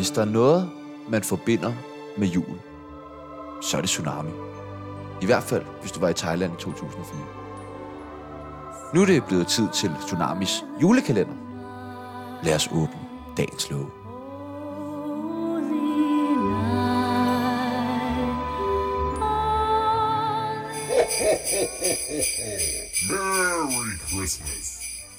Hvis der er noget, man forbinder med jul, så er det tsunami. I hvert fald, hvis du var i Thailand i 2004. Nu er det blevet tid til Tsunamis julekalender. Lad os åbne dagens låge. Merry Christmas.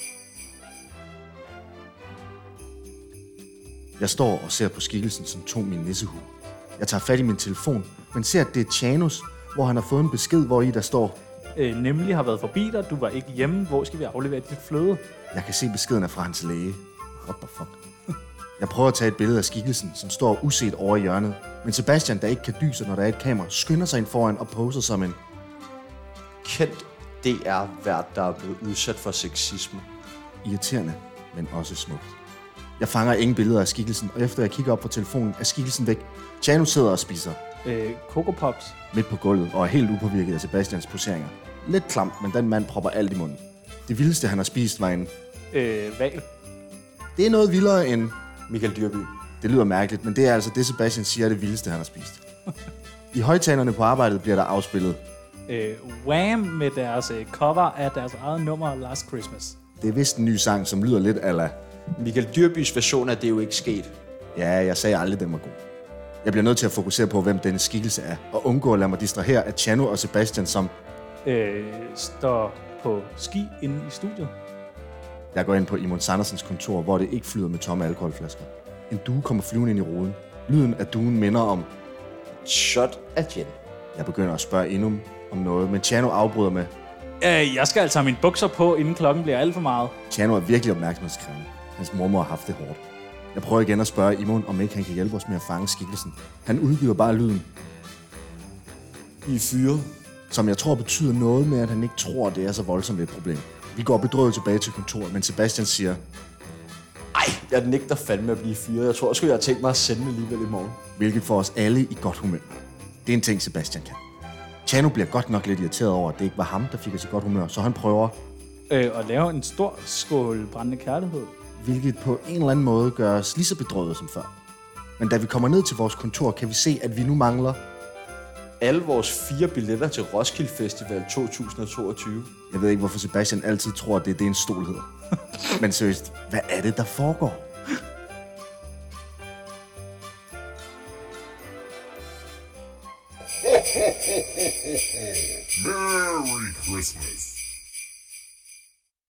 Jeg står og ser på skikkelsen, som tog min nissehue. Jeg tager fat i min telefon, men ser, at det er Tjanus, hvor han har fået en besked, hvor i der står: Nemlig har været forbi dig, du var ikke hjemme, hvor skal vi aflevere dit fløde? Jeg kan se beskeden er fra hans læge. What the fuck? Jeg prøver at tage et billede af skikkelsen, som står uset over i hjørnet, men Sebastian, der ikke kan dyse, når der er et kamera, skynder sig ind foran og poser som en Kendt DR-vært, der er blevet udsat for sexisme. irriterende, men også smukt. Jeg fanger ingen billeder af skikkelsen, og efter jeg kigger op på telefonen, er skikkelsen væk. Tjanus sidder og spiser Coco Pops. midt på gulvet og er helt upåvirket af Sebastians poseringer. Lidt klamt, men den mand propper alt i munden. Det vildeste, han har spist, var en... Val. Det er noget vildere end... Michael Dyrby. Det lyder mærkeligt, men det er altså det, Sebastian siger er det vildeste, han har spist. I højtalerne på arbejdet bliver der afspillet. Wham med deres cover af deres eget nummer Last Christmas. Det er vist en ny sang, som lyder lidt ala... Michael Dyrbys version af Det er jo ikke sket. Ja, jeg sagde aldrig, den var god. Jeg bliver nødt til at fokusere på, hvem denne skikkelse er, og undgå at lade mig distrahere af Tjano og Sebastian, som... Står på ski inde i studiet. Jeg går ind på Imon Sandersens kontor, hvor det ikke flyder med tomme alkoholflasker. En due kommer flyvende ind i ruden. Lyden af duen minder om... Shot af gin. Jeg begynder at spørge endnu om noget, men Tjano afbryder med... Jeg skal altså have mine bukser på, inden klokken bliver alt for meget. Tjano er virkelig opmærksomhedskrævende. Hans mormor har haft det hårdt. Jeg prøver igen at spørge Imon, om ikke han kan hjælpe os med at fange skikkelsen. Han udgiver bare lyden, I fyre. som jeg tror betyder noget med, at han ikke tror, det er så voldsomt et problem. Vi går bedrøvet tilbage til kontoret, men Sebastian siger... Ej, jeg nægter fandme at blive fyret. Jeg tror sgu, jeg har tænkt mig at sende alligevel i morgen. Hvilket får os alle i godt humør. Det er en ting, Sebastian kan. Tjano bliver godt nok lidt irriteret over, at det ikke var ham, der fik os i godt humør, så han prøver... At lave en stor skål brændende kærlighed. Hvilket på en eller anden måde gør os lige så bedrøvet som før. Men da vi kommer ned til vores kontor, kan vi se, at vi nu mangler... Alle vores 4 billetter til Roskilde Festival 2022. Jeg ved ikke, hvorfor Sebastian altid tror, at det er det, en stol hedder. Men seriøst, hvad er det, der foregår? Merry Christmas.